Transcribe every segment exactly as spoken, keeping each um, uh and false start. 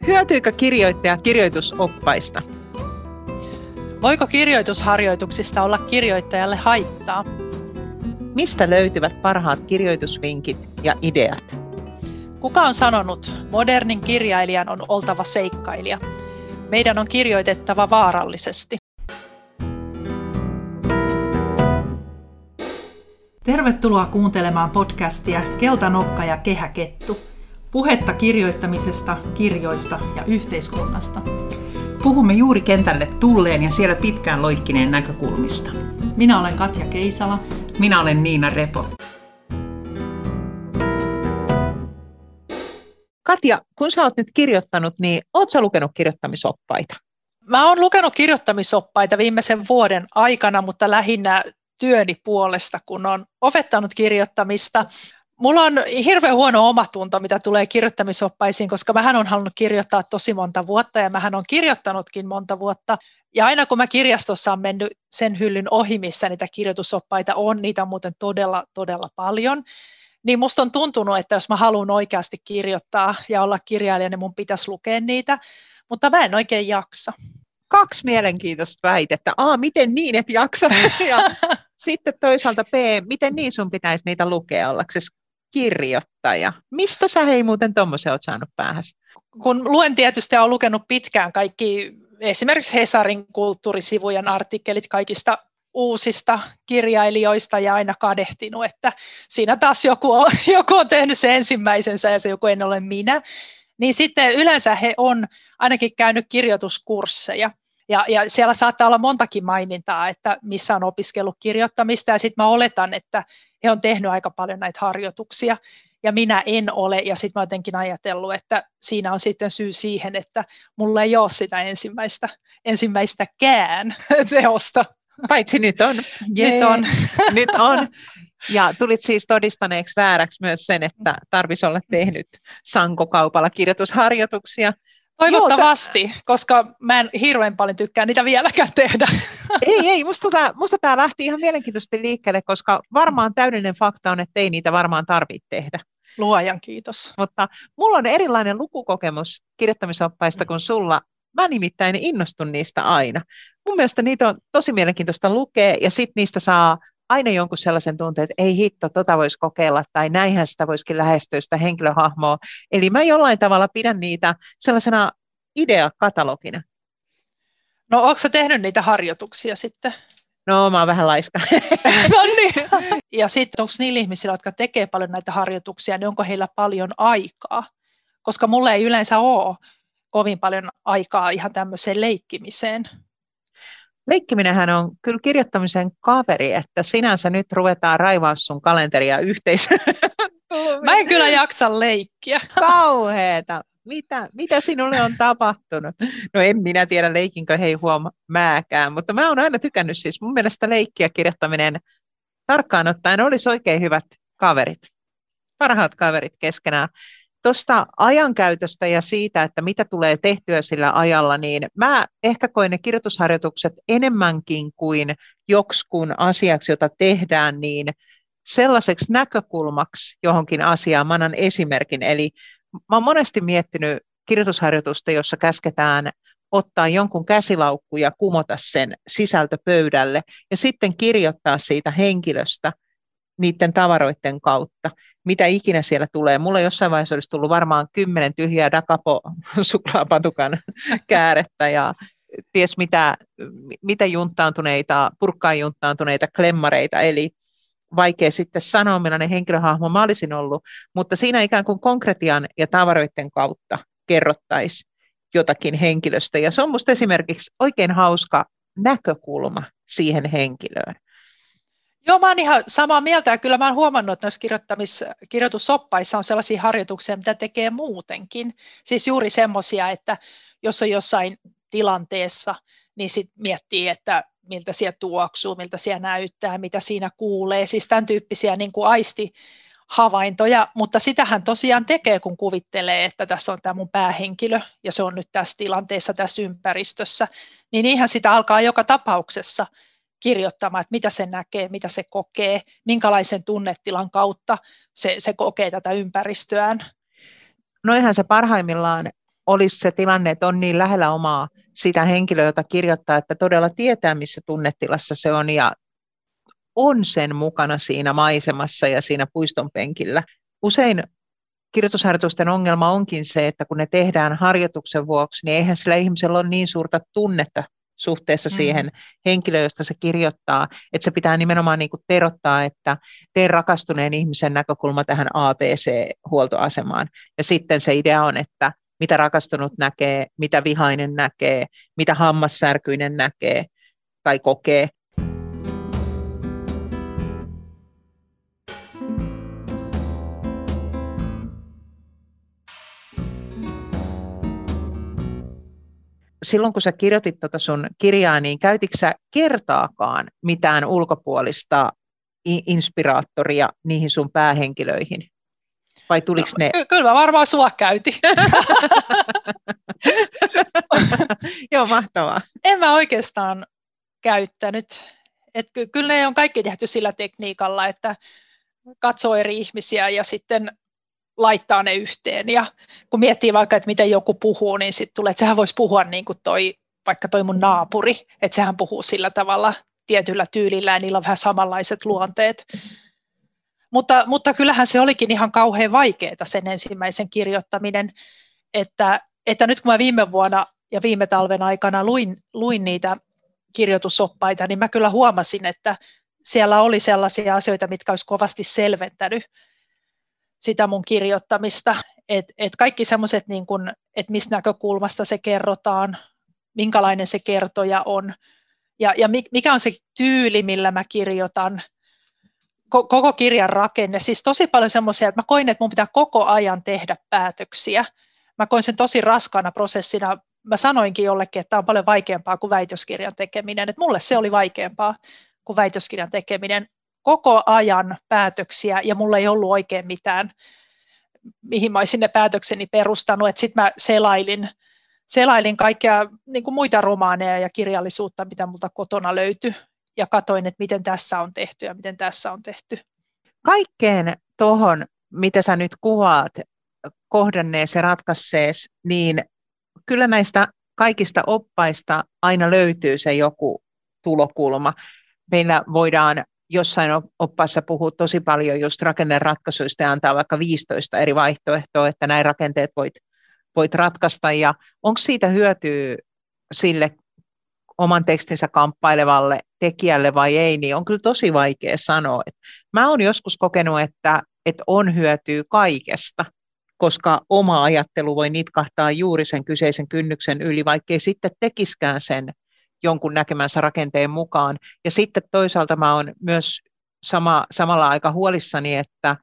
Hyötyykö kirjoittaja kirjoitusoppaista? Voiko kirjoitusharjoituksista olla kirjoittajalle haittaa? Mistä löytyvät parhaat kirjoitusvinkit ja ideat? Kuka on sanonut, modernin kirjailijan on oltava seikkailija? Meidän on kirjoitettava vaarallisesti. Tervetuloa kuuntelemaan podcastia Keltanokka ja Kehäkettu. Puhetta kirjoittamisesta, kirjoista ja yhteiskunnasta. Puhumme juuri kentälle tulleen ja siellä pitkään loikkineen näkökulmista. Minä olen Katja Keisala. Minä olen Niina Repo. Katja, kun sä oot nyt kirjoittanut, niin oot sä lukenut kirjoittamisoppaita? Mä oon lukenut kirjoittamisoppaita viimeisen vuoden aikana, mutta lähinnä työni puolesta, kun olen opettanut kirjoittamista. Mulla on hirveän huono omatunto, mitä tulee kirjoittamisoppaisiin, koska mähän on halunnut kirjoittaa tosi monta vuotta ja mähän on kirjoittanutkin monta vuotta. Ja aina kun mä kirjastossa on mennyt sen hyllyn ohi, missä niitä kirjoitusoppaita on, niitä on muuten todella, todella paljon, niin musta on tuntunut, että jos mä haluan oikeasti kirjoittaa ja olla kirjailija, niin mun pitäisi lukea niitä, mutta mä en oikein jaksa. Kaksi mielenkiintoista väitettä. A, miten niin, et jaksa? Ja sitten toisaalta B, miten niin sun pitäisi niitä lukea ollaksesi kirjoittaja? Mistä sä hei muuten tommosen oot saanut päähäsi? Kun luen tietysti ja olen lukenut pitkään kaikki esimerkiksi Hesarin kulttuurisivujen artikkelit kaikista uusista kirjailijoista ja aina kadehtinut, että siinä taas joku on, joku on tehnyt se ensimmäisensä ja se joku en ole minä. Niin sitten yleensä he on ainakin käynyt kirjoituskursseja. Ja, ja siellä saattaa olla montakin mainintaa, että missä on opiskellut kirjoittamista, ja sitten mä oletan, että he on tehnyt aika paljon näitä harjoituksia, ja minä en ole, ja sitten mä oon jotenkin ajatellut, että siinä on sitten syy siihen, että mulla ei ole sitä ensimmäistä, ensimmäistäkään teosta. Paitsi nyt on. Jee. Nyt on. Nyt on. Ja tulit siis todistaneeksi vääräksi myös sen, että tarvitsisi olla tehnyt Sankokaupalla kirjoitusharjoituksia. Toivottavasti, Joo, t- koska mä en hirveän paljon tykkää niitä vieläkään tehdä. Ei, ei. Musta, tää, musta tämä lähti ihan mielenkiintoisesti liikkeelle, koska varmaan täydellinen fakta on, että ei niitä varmaan tarvitse tehdä. Luojan kiitos. Mutta mulla on erilainen lukukokemus kirjoittamisoppaista kuin sulla. Mä nimittäin innostun niistä aina. Mun mielestä niitä on tosi mielenkiintoista lukea ja sitten niistä saa aina jonkun sellaisen tunteen, että ei hitto, tota voisi kokeilla tai näinhän sitä voisikin lähestyä sitä henkilöhahmoa. Eli mä jollain tavalla pidän niitä sellaisena ideakatalogina. No ootko sä tehnyt niitä harjoituksia sitten? No mä oon vähän laiska. No niin. Ja sitten onko niillä ihmisillä, jotka tekee paljon näitä harjoituksia, niin onko heillä paljon aikaa? Koska mulla ei yleensä ole kovin paljon aikaa ihan tämmöiseen leikkimiseen. Leikkiminenhän on kyllä kirjoittamisen kaveri, että sinänsä nyt ruvetaan raivaa sun kalenteria yhteis. Mä en kyllä jaksa leikkiä. Kauheeta. Mitä, mitä sinulle on tapahtunut? No en minä tiedä, leikinkö hei huom määkään, mutta mä oon aina tykännyt siis. Mun mielestä leikkiä kirjoittaminen tarkkaan ottaen olisi oikein hyvät kaverit. Parhaat kaverit keskenään. Tuosta ajankäytöstä ja siitä, että mitä tulee tehtyä sillä ajalla, niin mä ehkä koen ne kirjoitusharjoitukset enemmänkin kuin joksikun asiaksi, jota tehdään, niin sellaiseksi näkökulmaksi johonkin asiaan. Mä annan esimerkin, eli mä oon monesti miettinyt kirjoitusharjoitusta, jossa käsketään ottaa jonkun käsilaukku ja kumota sen sisältö pöydälle ja sitten kirjoittaa siitä henkilöstä niiden tavaroiden kautta, mitä ikinä siellä tulee. Mulla jossain vaiheessa olisi tullut varmaan kymmenen tyhjää Dakapo suklaapatukan käärettä ja ties mitä, mitä junttaantuneita, purkkaan junttaantuneita klemmareita, eli vaikea sitten sanoa, millainen henkilöhahmo mä olisin ollut, mutta siinä ikään kuin konkretian ja tavaroiden kautta kerrottaisiin jotakin henkilöstä, ja se on musta esimerkiksi oikein hauska näkökulma siihen henkilöön. Joo, mä oon ihan samaa mieltä ja kyllä mä oon huomannut, että noissa kirjoitusoppaissa on sellaisia harjoituksia, mitä tekee muutenkin. Siis juuri semmoisia, että jos on jossain tilanteessa, niin sitten miettii, että miltä siellä tuoksuu, miltä siellä näyttää, mitä siinä kuulee. Siis tämän tyyppisiä niin kuin aistihavaintoja, mutta sitähän tosiaan tekee, kun kuvittelee, että tässä on tämä mun päähenkilö ja se on nyt tässä tilanteessa, tässä ympäristössä. Niin ihan sitä alkaa joka tapauksessa kirjoittamaan, että mitä se näkee, mitä se kokee, minkälaisen tunnetilan kautta se, se kokee tätä ympäristöään. No eihän se parhaimmillaan olisi se tilanne, että on niin lähellä omaa sitä henkilöä, jota kirjoittaa, että todella tietää, missä tunnetilassa se on ja on sen mukana siinä maisemassa ja siinä puiston penkillä. Usein kirjoitusharjoitusten ongelma onkin se, että kun ne tehdään harjoituksen vuoksi, niin eihän sillä ihmisellä ole niin suurta tunnetta suhteessa mm. siihen henkilöön, josta se kirjoittaa, että se pitää nimenomaan niin kuin terottaa, että tee rakastuneen ihmisen näkökulma tähän A B C-huoltoasemaan. Ja sitten se idea on, että mitä rakastunut näkee, mitä vihainen näkee, mitä hammassärkyinen näkee tai kokee. Silloin kun sä kirjoitit tuota sun kirjaa, niin käytitkö sä kertaakaan mitään ulkopuolista inspiraattoria niihin sun päähenkilöihin? Vai tuliko ne? Ky- kyllä mä varmaan sua käytin. Joo, mahtavaa. En mä oikeastaan käyttänyt. Et ky- kyllä ne on kaikki tehty sillä tekniikalla, että katsoo eri ihmisiä ja sitten laittaa ne yhteen. Ja kun miettii vaikka, että miten joku puhuu, niin sitten tulee, että sehän voisi puhua niin kuin toi, vaikka toi mun naapuri, että sehän puhuu sillä tavalla tietyllä tyylillä ja niillä on vähän samanlaiset luonteet. Mutta, mutta kyllähän se olikin ihan kauhean vaikeaa sen ensimmäisen kirjoittaminen, että, että nyt kun mä viime vuonna ja viime talven aikana luin, luin niitä kirjoitusoppaita, niin mä kyllä huomasin, että siellä oli sellaisia asioita, mitkä olisi kovasti selventänyt sitä mun kirjoittamista, että et kaikki semmoiset, niin kun, että mistä näkökulmasta se kerrotaan, minkälainen se kertoja on ja, ja mikä on se tyyli, millä mä kirjoitan, koko kirjan rakenne. Siis tosi paljon semmoisia, että mä koin, että mun pitää koko ajan tehdä päätöksiä. Mä koin sen tosi raskaana prosessina. Mä sanoinkin jollekin, että tämä on paljon vaikeampaa kuin väitöskirjan tekeminen. Että mulle se oli vaikeampaa kuin väitöskirjan tekeminen. Koko ajan päätöksiä ja mulla ei ollut oikein mitään, mihin mä olisin ne päätökseni perustanut. Sitten mä selailin, selailin kaikkia niin kuin muita romaaneja ja kirjallisuutta, mitä multa kotona löytyi. Ja katoin, että miten tässä on tehty ja miten tässä on tehty. Kaikkeen tuohon, mitä sä nyt kuvaat, kohdannees ja ratkaisees, niin kyllä näistä kaikista oppaista aina löytyy se joku tulokulma. Meillä voidaan jossain oppaassa puhua tosi paljon just rakenneratkaisuista ja antaa vaikka viisitoista eri vaihtoehtoa, että näin rakenteet voit, voit ratkaista. Ja onko siitä hyötyä sille oman tekstinsä kamppailevalle tekijälle vai ei, niin on kyllä tosi vaikea sanoa. Et mä oon joskus kokenut, että, että on hyötyä kaikesta, koska oma ajattelu voi nitkahtaa juuri sen kyseisen kynnyksen yli, vaikkei sitten tekiskään sen jonkun näkemänsä rakenteen mukaan. Ja sitten toisaalta mä oon myös sama, samalla aika huolissani, että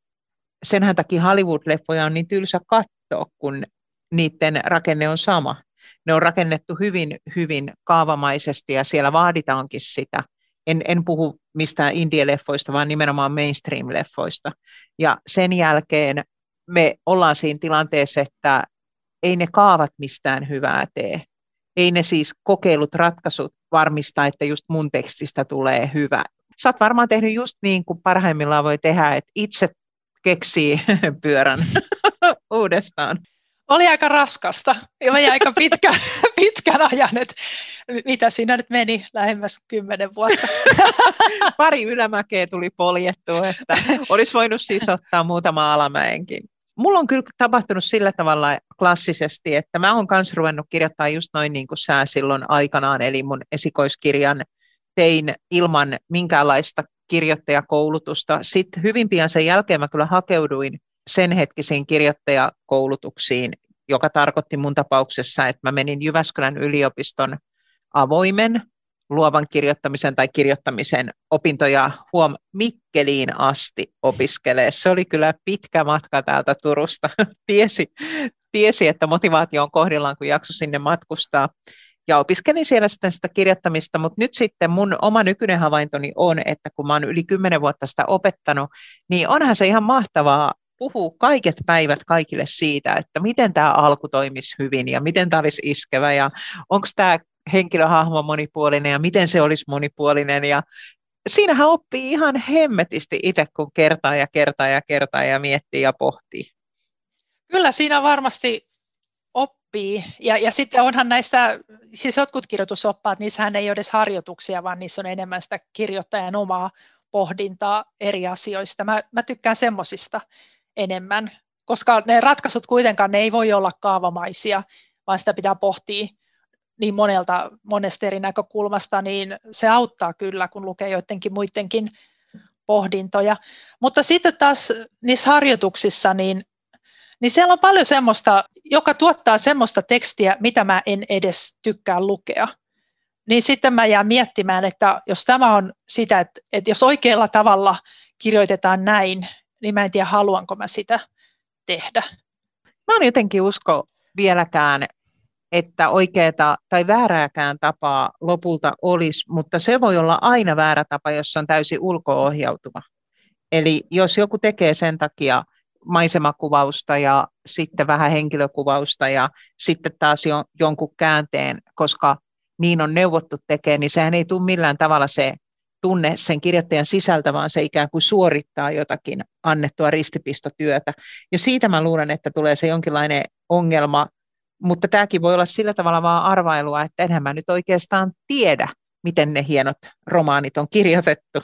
senhän takia Hollywood-leffoja on niin tylsä katsoa, kun niiden rakenne on sama. Ne on rakennettu hyvin, hyvin kaavamaisesti ja siellä vaaditaankin sitä. En, en puhu mistään indie-leffoista, vaan nimenomaan mainstream-leffoista. Ja sen jälkeen me ollaan siinä tilanteessa, että ei ne kaavat mistään hyvää tee. Ei ne siis kokeilut ratkaisut varmista, että just mun tekstistä tulee hyvä. Sä oot varmaan tehnyt just niin kuin parhaimmillaan voi tehdä, että itse keksii pyörän uudestaan. Oli aika raskasta ja meni aika pitkä, pitkän ajan, että mitä siinä nyt meni lähemmäs kymmenen vuotta. Pari ylämäkeä tuli poljettua, että olisi voinut siis ottaa muutama alamäenkin. Mulla on kyllä tapahtunut sillä tavalla klassisesti, että mä oon kanssa ruvennut kirjoittaa just noin niin kuin sä silloin aikanaan, eli mun esikoiskirjan tein ilman minkäänlaista kirjoittajakoulutusta. Sitten hyvin pian sen jälkeen mä kyllä hakeuduin sen hetkisiin kirjoittajakoulutuksiin, joka tarkoitti mun tapauksessa, että mä menin Jyväskylän yliopiston avoimen luovan kirjoittamisen tai kirjoittamisen opintoja huom Mikkeliin asti opiskelee. Se oli kyllä pitkä matka täältä Turusta. tiesi, tiesi, että motivaatio on kohdillaan, kun jakso sinne matkustaa. Ja opiskelin siellä sitten sitä kirjoittamista, mutta nyt sitten mun oma nykyinen havaintoni on, että kun mä oon yli kymmenen vuotta sitä opettanut, niin onhan se ihan mahtavaa puhuu kaiket päivät kaikille siitä, että miten tämä alku toimisi hyvin ja miten tämä olisi iskevä ja onko tämä henkilöhahmo monipuolinen ja miten se olisi monipuolinen. Ja siinähän oppii ihan hemmetisti itse, kun kertaa ja kertaa ja kertaa ja miettii ja pohtii. Kyllä siinä varmasti oppii sopii. Ja, ja sitten onhan näistä, siis jotkut kirjoitusoppaat, niissähän ei ole edes harjoituksia, vaan niissä on enemmän sitä kirjoittajan omaa pohdintaa eri asioista. Mä, mä tykkään semmosista enemmän, koska ne ratkaisut kuitenkaan ne ei voi olla kaavamaisia, vaan sitä pitää pohtia niin monelta, monesta eri näkökulmasta, niin se auttaa kyllä, kun lukee joidenkin muidenkin pohdintoja. Mutta sitten taas niissä harjoituksissa, niin, niin siellä on paljon semmoista, joka tuottaa semmoista tekstiä, mitä mä en edes tykkää lukea. Niin sitten mä jään miettimään, että jos tämä on sitä, että, että jos oikealla tavalla kirjoitetaan näin, niin mä en tiedä, haluanko mä sitä tehdä. Mä en jotenkin usko vieläkään, että oikeaa tai väärääkään tapaa lopulta olisi, mutta se voi olla aina väärä tapa, jos se on täysin ulko-ohjautuva. Eli jos joku tekee sen takia maisemakuvausta ja sitten vähän henkilökuvausta ja sitten taas jo, jonkun käänteen, koska niin on neuvottu tekemään, niin sehän ei tule millään tavalla se tunne sen kirjoittajan sisältä, vaan se ikään kuin suorittaa jotakin annettua ristipistotyötä. Ja siitä mä luulen, että tulee se jonkinlainen ongelma, mutta tämäkin voi olla sillä tavalla vaan arvailua, että enhän mä nyt oikeastaan tiedä, miten ne hienot romaanit on kirjoitettu.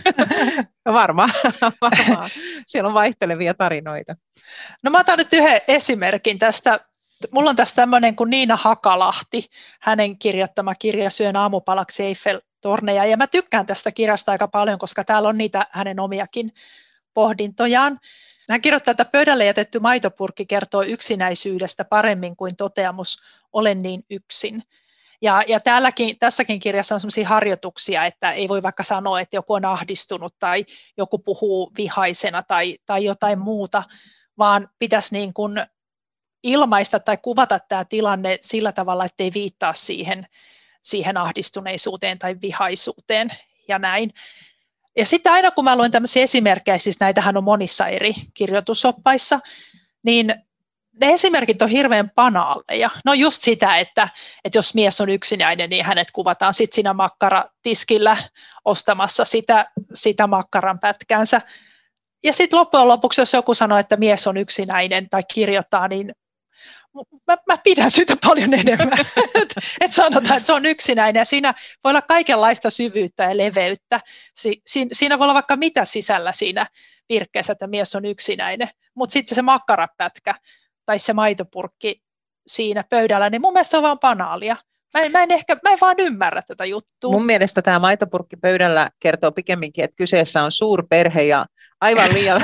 varmaan, varmaan. Siellä on vaihtelevia tarinoita. No mä otan nyt yhden esimerkin tästä. Mulla on tässä tämmöinen kuin Niina Hakalahti, hänen kirjoittama kirja Syön aamupalaksi Eiffel-torneja. Ja mä tykkään tästä kirjasta aika paljon, koska täällä on niitä hänen omiakin pohdintojaan. Hän kirjoittaa, että pöydälle jätetty maitopurkki kertoo yksinäisyydestä paremmin kuin toteamus olen niin yksin. Ja, ja täälläkin, tässäkin kirjassa on sellaisia harjoituksia, että ei voi vaikka sanoa, että joku on ahdistunut tai joku puhuu vihaisena tai, tai jotain muuta, vaan pitäisi niin kuin ilmaista tai kuvata tämä tilanne sillä tavalla, ettei viittaa siihen, siihen ahdistuneisuuteen tai vihaisuuteen ja näin. Ja sitten aina kun mä luen tämmöisiä esimerkkejä, siis näitähän on monissa eri kirjoitusoppaissa, niin ne esimerkit on hirveän banaaleja. No just sitä, että, että jos mies on yksinäinen, niin hänet kuvataan sitten siinä makkaratiskillä ostamassa sitä, sitä makkaran pätkäänsä. Ja sitten loppujen lopuksi, jos joku sanoo, että mies on yksinäinen tai kirjoittaa, niin Mä, mä pidän sitä paljon enemmän, että et sanotaan, että se on yksinäinen ja siinä voi olla kaikenlaista syvyyttä ja leveyttä. Si, si, siinä voi olla vaikka mitä sisällä siinä virkkeessä, että mies on yksinäinen, mutta sitten se makkarapätkä tai se maitopurkki siinä pöydällä, niin mun mielestä se on vaan banaalia. Mä en, mä en ehkä, mä en vaan ymmärrä tätä juttua. Mun mielestä tämä maitopurkki pöydällä kertoo pikemminkin, että kyseessä on suurperhe ja aivan liian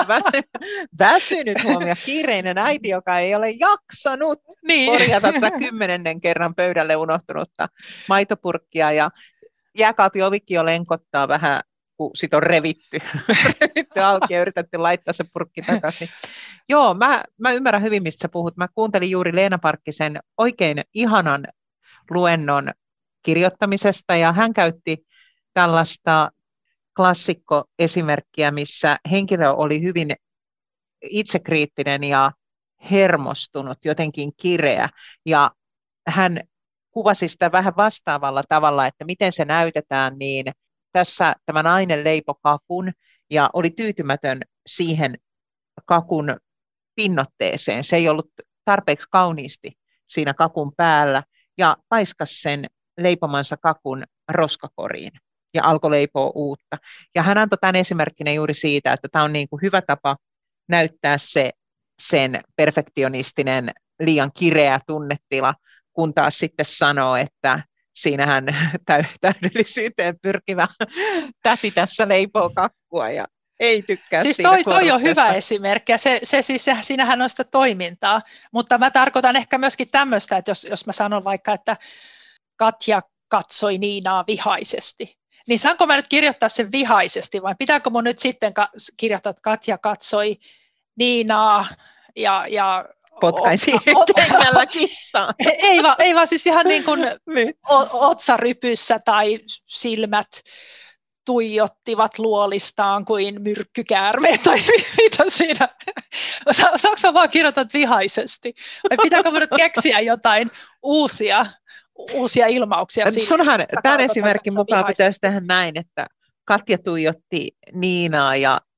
väsynyt huomio, kiireinen äiti, joka ei ole jaksanut niin. korjata tätä kymmenennen kerran pöydälle unohtunutta maitopurkkia. Ja jääkaapin ovikin jo lenkottaa vähän, kun sit on revitty, revitty auki ja yritetty laittaa se purkki takaisin. Joo, mä, mä ymmärrän hyvin, mistä sä puhut. Mä kuuntelin juuri Leena Parkkisen oikein ihanan luennon kirjoittamisesta ja hän käytti tällaista klassikkoesimerkkiä, missä henkilö oli hyvin itsekriittinen ja hermostunut, jotenkin kireä ja hän kuvasi sitä vähän vastaavalla tavalla, että miten se näytetään, niin tässä tämä nainen leipoi kakun ja oli tyytymätön siihen kakun pinnotteeseen. Se ei ollut tarpeeksi kauniisti siinä kakun päällä ja paiskasi sen leipomansa kakun roskakoriin ja alkoi leipoa uutta. Ja hän antoi tämän esimerkkinä juuri siitä, että tämä on niin kuin hyvä tapa näyttää se sen perfektionistinen liian kireä tunnetila, kun taas sitten sanoo, että siinähän täydellisyyteen pyrkivä täti tässä leipoo kakkua ja ei tykkää siis siitä toi, toi on hyvä korkeasta. esimerkki ja se, se siis, se, siinähän on sitä toimintaa, mutta mä tarkoitan ehkä myöskin tämmöistä, että jos, jos mä sanon vaikka, että Katja katsoi Niinaa vihaisesti, niin saanko mä nyt kirjoittaa sen vihaisesti vai pitääkö mun nyt sitten ka- kirjoittaa, että Katja katsoi Niinaa ja, ja potkaisi hengällä kissaa. Ei vaan, ei vaan siis ihan niin kuin niin. otsarypyssä tai silmät tuijottivat luolistaan kuin myrkkykäärmeet tai mitä siinä. Sa- saanko mä vaan kirjoittaa vihaisesti? Vai pitääkö mä nyt keksiä jotain uusia, uusia ilmauksia? Siinä, sunhan tämän esimerkin mukaan vihaisesti. Pitäisi tehdä näin, että Katja tuijotti Niinaa ja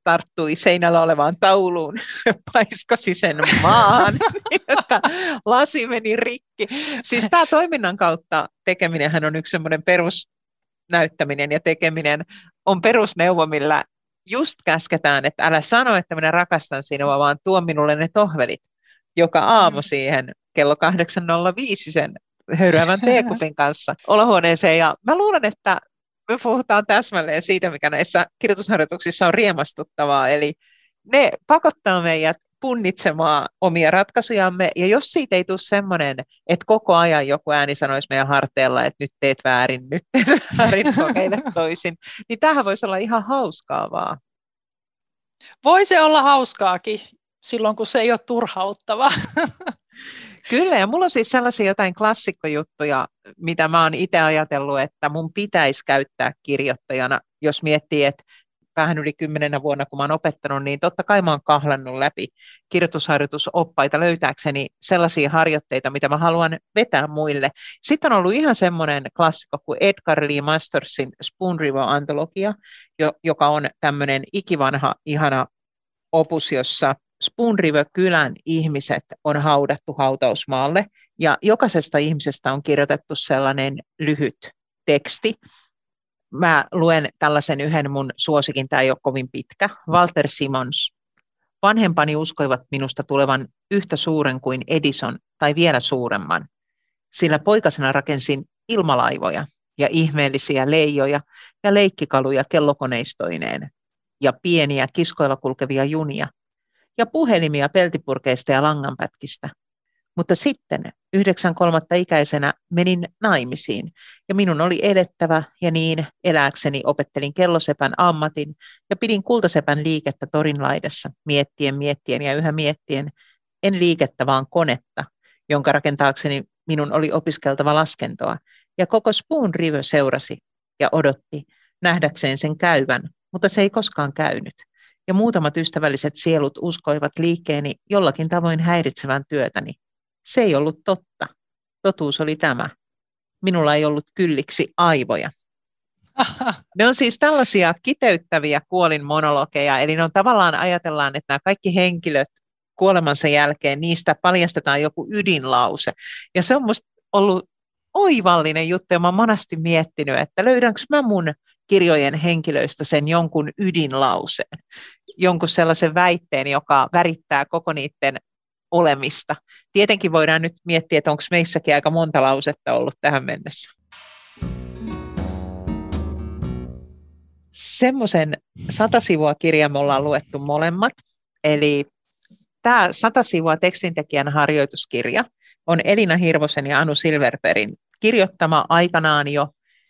tarttui seinällä olevaan tauluun, paiskasi sen maahan, että lasi meni rikki. Siis tämä toiminnan kautta tekeminenhän on yksi semmoinen perusnäyttäminen ja tekeminen on perusneuvo, millä just käsketään, että älä sano, että minä rakastan sinua, vaan tuo minulle ne tohvelit, joka aamu siihen kello kahdeksan nolla viisi sen höyryävän teekupin kanssa olohuoneeseen. Ja mä luulen, että me puhutaan täsmälleen siitä, mikä näissä kirjoitusharjoituksissa on riemastuttavaa. Eli ne pakottaa meidät punnitsemaan omia ratkaisujamme, ja jos siitä ei tule semmoinen, että koko ajan joku ääni sanoisi meidän harteilla, että nyt teet väärin, nyt teet väärin, kokeile toisin, niin tämähän voisi olla ihan hauskaa vaan. Voi se olla hauskaakin silloin, kun se ei ole turhauttavaa. Kyllä, ja mulla on siis sellaisia jotain klassikkojuttuja, mitä mä oon itse ajatellut, että mun pitäisi käyttää kirjoittajana, jos miettii, että vähän yli kymmenenä vuonna, kun mä oon opettanut, niin totta kai mä oon kahlannut läpi kirjoitusharjoitusoppaita löytääkseni sellaisia harjoitteita, mitä mä haluan vetää muille. Sitten on ollut ihan semmoinen klassikko kuin Edgar Lee Mastersin Spoon River-antologia, joka on tämmöinen ikivanha, ihana opus, jossa Spoon River-kylän ihmiset on haudattu hautausmaalle, ja jokaisesta ihmisestä on kirjoitettu sellainen lyhyt teksti. Mä luen tällaisen yhden mun suosikin, tämä ei ole kovin pitkä. Walter Simmons. Vanhempani uskoivat minusta tulevan yhtä suuren kuin Edison tai vielä suuremman, sillä poikasena rakensin ilmalaivoja ja ihmeellisiä leijoja ja leikkikaluja kellokoneistoineen ja pieniä kiskoilla kulkevia junia ja puhelimia peltipurkeista ja langanpätkistä. Mutta sitten yhdeksän kolmatta ikäisenä menin naimisiin ja minun oli edettävä ja niin elääkseni opettelin kellosepän ammatin ja pidin kultasepän liikettä torin laidassa miettien, miettien ja yhä miettien, en liikettä vaan konetta, jonka rakentaakseni minun oli opiskeltava laskentoa ja koko Spoon River seurasi ja odotti nähdäkseen sen käyvän, mutta se ei koskaan käynyt. Ja muutamat ystävälliset sielut uskoivat liikkeeni jollakin tavoin häiritsevän työtäni. Se ei ollut totta. Totuus oli tämä. Minulla ei ollut kylliksi aivoja. Ne on siis tällaisia kiteyttäviä kuolinmonologeja, eli ne on tavallaan ajatellaan, että nämä kaikki henkilöt kuolemansa jälkeen, niistä paljastetaan joku ydinlause. Ja se on musta ollut oivallinen juttu, ja mä oon monasti miettinyt, että löydänkö mä mun kirjojen henkilöistä sen jonkun ydinlauseen, jonkun sellaisen väitteen, joka värittää koko niiden olemista. Tietenkin voidaan nyt miettiä, että onko meissäkin aika monta lausetta ollut tähän mennessä. Semmoisen sata sivua kirjan me ollaan luettu molemmat. Eli tämä sata sivua tekstintekijän harjoituskirja on Elina Hirvosen ja Anu Silverbergin kirjoittama aikanaan jo.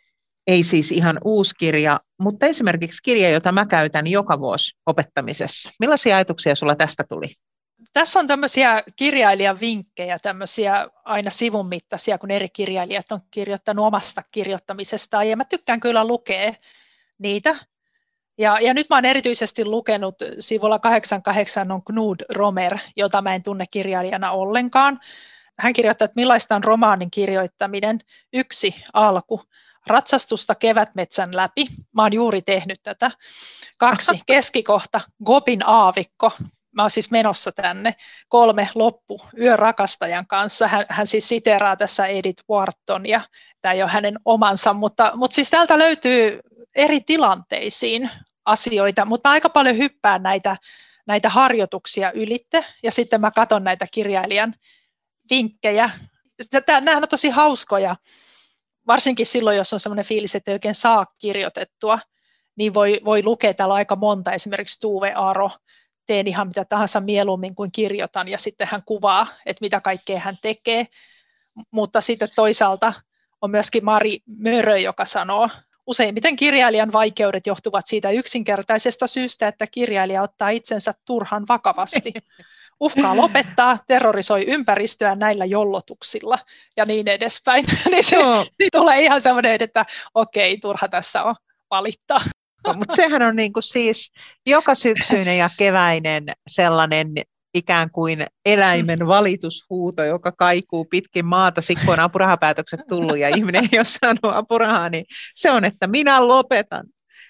Ei siis ihan uusi kirja, mutta esimerkiksi kirja, jota mä käytän joka vuosi opettamisessa. Millaisia ajatuksia sulla tästä tuli? Tässä on tämmöisiä kirjailijan vinkkejä, tämmöisiä aina sivun mittaisia, kun eri kirjailijat on kirjoittanut omasta kirjoittamisestaan, ja mä tykkään kyllä lukea niitä. Ja, ja nyt mä oon erityisesti lukenut sivulla kahdeksankymmentäkahdeksan on Knud Romer, jota mä en tunne kirjailijana ollenkaan. Hän kirjoittaa, että millaista on romaanin kirjoittaminen. Yksi, alku. Ratsastusta kevätmetsän läpi. Mä oon juuri tehnyt tätä. Kaksi, keskikohta. Gobin aavikko. Mä oon siis menossa tänne. Kolme, loppu. Yö rakastajan kanssa. Hän, hän siis siteeraa tässä Edith Whartonia. Tämä ei ole hänen omansa, mutta, mutta siis täältä löytyy eri tilanteisiin asioita, mutta aika paljon hyppään näitä, näitä harjoituksia ylitte, ja sitten mä katson näitä kirjailijan vinkkejä. Nämä on tosi hauskoja, varsinkin silloin, jos on sellainen fiilis, että ei oikein saa kirjoitettua, niin voi, voi lukea täällä aika monta, esimerkiksi Tuve Aro, teen ihan mitä tahansa mieluummin kuin kirjoitan, ja sitten hän kuvaa, että mitä kaikkea hän tekee, mutta sitten toisaalta on myöskin Mari Mörö, joka sanoo, useimmiten kirjailijan vaikeudet johtuvat siitä yksinkertaisesta syystä, että kirjailija ottaa itsensä turhan vakavasti. Uhkaa lopettaa, terrorisoi ympäristöä näillä jollotuksilla ja niin edespäin. Niin se, no. se tulee ihan semmoinen, että okei, turha tässä on valittaa. No, mutta sehän on niinku siis joka syksyinen ja keväinen sellainen ikään kuin eläimen valitushuuto, joka kaikuu pitkin maata, sitten kun on apurahapäätökset tullut ja ihminen ei ole saanut apurahaa, niin se on, että minä lopetan.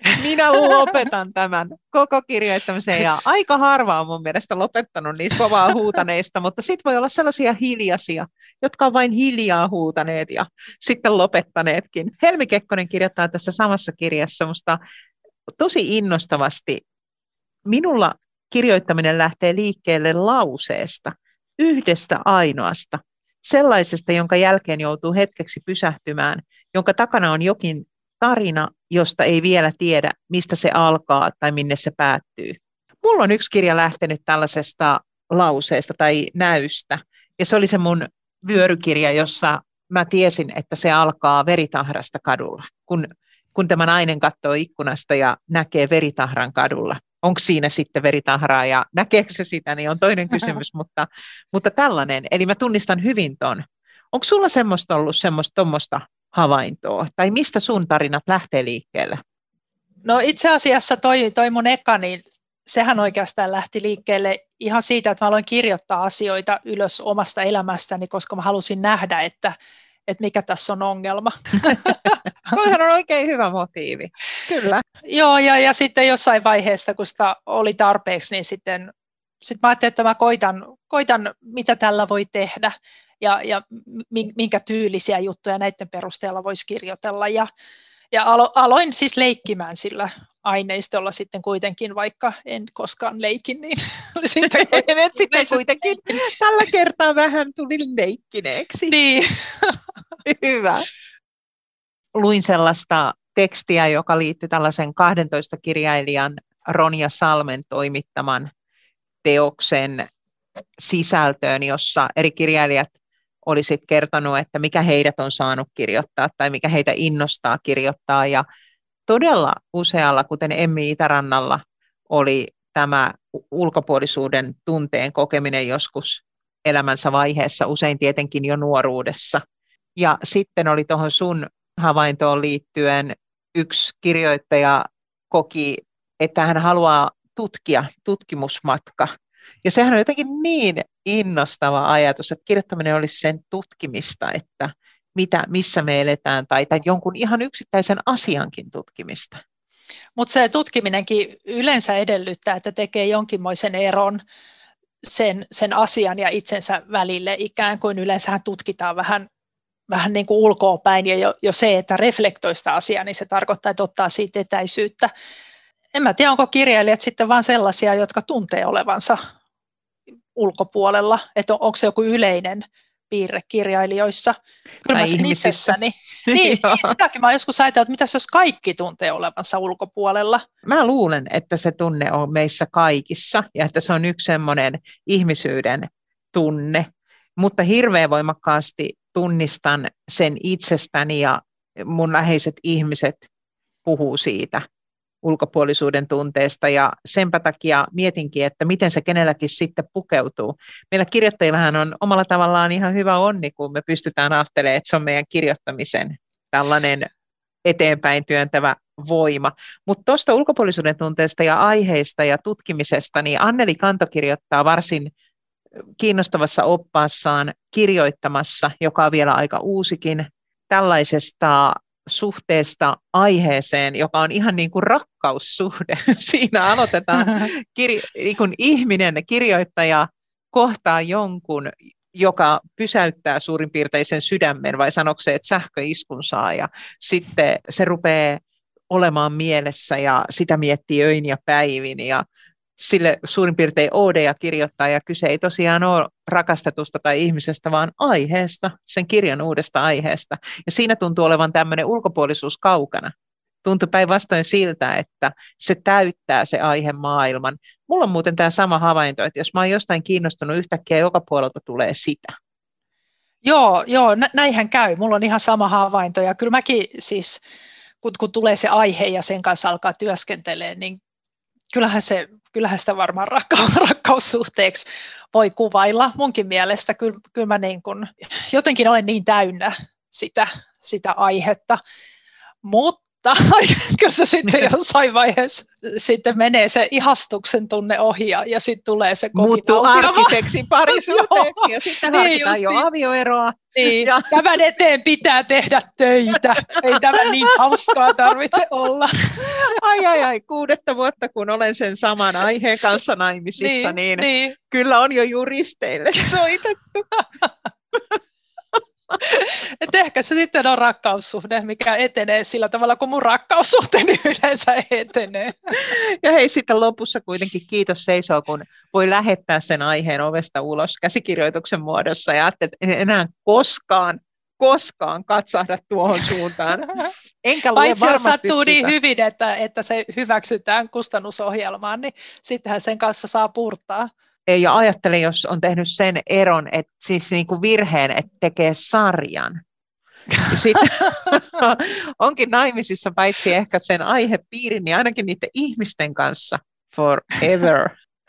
minä lopetan tämän koko kirjoittamisen. Ja aika harva on mun mielestä lopettanut niistä kovaa huutaneista, mutta sitten voi olla sellaisia hiljaisia, jotka on vain hiljaa huutaneet ja sitten lopettaneetkin. Helmi Kekkonen kirjoittaa tässä samassa kirjassa musta tosi innostavasti. Minulla kirjoittaminen lähtee liikkeelle lauseesta, yhdestä ainoasta, sellaisesta, jonka jälkeen joutuu hetkeksi pysähtymään, jonka takana on jokin tarina, josta ei vielä tiedä, mistä se alkaa tai minne se päättyy. Mulla on yksi kirja lähtenyt tällaisesta lauseesta tai näystä, ja se oli se mun vyörykirja, jossa mä tiesin, että se alkaa Veritahrasta kadulla, kun, kun tämä nainen katsoo ikkunasta ja näkee Veritahran kadulla. Onko siinä sitten veritahraa ja näkeekö se sitä, niin on toinen kysymys, mutta, mutta tällainen. Eli mä tunnistan hyvin ton. Onko sulla semmoista ollut semmoista tuommoista havaintoa? Tai mistä sun tarinat lähtee liikkeelle? No itse asiassa toi, toi mun eka, niin sehän oikeastaan lähti liikkeelle ihan siitä, että mä aloin kirjoittaa asioita ylös omasta elämästäni, koska mä halusin nähdä, että, että mikä tässä on ongelma. Toihan on oikein hyvä motiivi, kyllä. Joo, ja, ja sitten jossain vaiheessa, kun sitä oli tarpeeksi, niin sitten sit mä ajattelin, että mä koitan, koitan, mitä tällä voi tehdä, ja, ja minkä tyylisiä juttuja näiden perusteella voisi kirjoitella. Ja, ja alo, aloin siis leikkimään sillä aineistolla sitten kuitenkin, vaikka en koskaan leikin, niin sitten, nyt sitten kuitenkin tällä kertaa vähän tuli leikkineeksi. Niin. Hyvä. Luin sellaista tekstiä, joka liittyi tällaisen kahdentoista kirjailijan Ronja Salmen toimittaman teoksen sisältöön, jossa eri kirjailijat olisit kertonut, että mikä heidät on saanut kirjoittaa tai mikä heitä innostaa kirjoittaa. Ja todella usealla, kuten Emmi Itärannalla, oli tämä ulkopuolisuuden tunteen kokeminen joskus elämänsä vaiheessa, usein tietenkin jo nuoruudessa. Ja sitten oli tuohon sun havaintoon liittyen yksi kirjoittaja koki, että hän haluaa tutkia, tutkimusmatka. Ja sehän on jotenkin niin innostava ajatus, että kirjoittaminen olisi sen tutkimista, että mitä, missä me eletään, tai, tai jonkun ihan yksittäisen asiankin tutkimista. Mutta se tutkiminenkin yleensä edellyttää, että tekee jonkinmoisen eron sen, sen asian ja itsensä välille, ikään kuin yleensähän tutkitaan vähän, vähän niin kuin ulkoapäin, ja jo, jo se, että reflektoi sitä asiaa, niin se tarkoittaa, että ottaa siitä etäisyyttä. En mä tiedä, onko kirjailijat sitten vaan sellaisia, jotka tuntee olevansa ulkopuolella, että on, onko se joku yleinen piirre kirjailijoissa. Kyllä mä sen itsessäni. Niin, niin sitäkin mä joskus ajatellut, että mitäs jos kaikki tuntee olevansa ulkopuolella. Mä luulen, että se tunne on meissä kaikissa ja että se on yksi semmoinen ihmisyyden tunne, mutta hirveän voimakkaasti tunnistan sen itsestäni ja mun läheiset ihmiset puhuu siitä ulkopuolisuuden tunteesta ja senpä takia mietinkin, että miten se kenelläkin sitten pukeutuu. Meillä kirjoittajillahan on omalla tavallaan ihan hyvä onni, kun me pystytään ajattelemaan, että se on meidän kirjoittamisen tällainen eteenpäin työntävä voima. Mutta tuosta ulkopuolisuuden tunteesta ja aiheista ja tutkimisesta, niin Anneli Kanto kirjoittaa varsin kiinnostavassa oppaassaan kirjoittamassa, joka on vielä aika uusikin, tällaisesta suhteesta aiheeseen, joka on ihan niin kuin rakkaussuhde. Siinä aloitetaan kir- niin kuin ihminen, kirjoittaja kohtaa jonkun, joka pysäyttää suurin piirtein sen sydämen, vai sanoiko se, että sähköiskun saa, ja sitten se rupeaa olemaan mielessä, ja sitä miettii öin ja päivin, ja sille suurin piirtein oodeja kirjoittaa, ja kyse ei tosiaan ole rakastetusta tai ihmisestä, vaan aiheesta, sen kirjan uudesta aiheesta. Ja siinä tuntuu olevan tämmöinen ulkopuolisuus kaukana. Tuntuu päinvastoin siltä, että se täyttää se aihe maailman. Mulla on muuten tämä sama havainto, että jos mä oon jostain kiinnostunut, yhtäkkiä joka puolelta tulee sitä. Joo, joo, näinhän käy. Mulla on ihan sama havainto, ja kyllä mäkin siis, kun, kun tulee se aihe ja sen kanssa alkaa työskentelemään, niin Kyllähän, se, kyllähän sitä varmaan rakka- rakkaussuhteeksi voi kuvailla. Munkin mielestä kyllä, kyllä mä niin kun, jotenkin olen niin täynnä sitä, sitä aihetta. Mutta mutta kyllä se sitten jossain vaiheessa sitten menee se ihastuksen tunne ohi ja, ja sitten tulee se muuttuu arkiseksi parisuhteeksi ja sitten niin harkitaan jo niin. avioeroa. Niin. Ja... Tämän eteen pitää tehdä töitä, ei tämä niin hauskaa tarvitse olla. Ai ai ai, kuudetta vuotta kun olen sen saman aiheen kanssa naimisissa, niin, niin, niin. kyllä on jo juristeille soitettu. Et ehkä se sitten on rakkaussuhde, mikä etenee sillä tavalla, kun mun rakkaussuhteeni yleensä etenee. Ja hei, sitten lopussa kuitenkin kiitos seisoo, kun voi lähettää sen aiheen ovesta ulos käsikirjoituksen muodossa ja ajattelet, että en enää koskaan, koskaan katsahda tuohon suuntaan. Enkä lue paitsi jos varmasti sattuu sitä. Niin hyvin, että, että se hyväksytään kustannusohjelmaan, niin sittenhän sen kanssa saa purtaa. Ja ajattelen, jos on tehnyt sen eron, että siis niin kuin virheen, että tekee sarjan. Sitten onkin naimisissa paitsi ehkä sen aihepiirin, niin ainakin niiden ihmisten kanssa forever.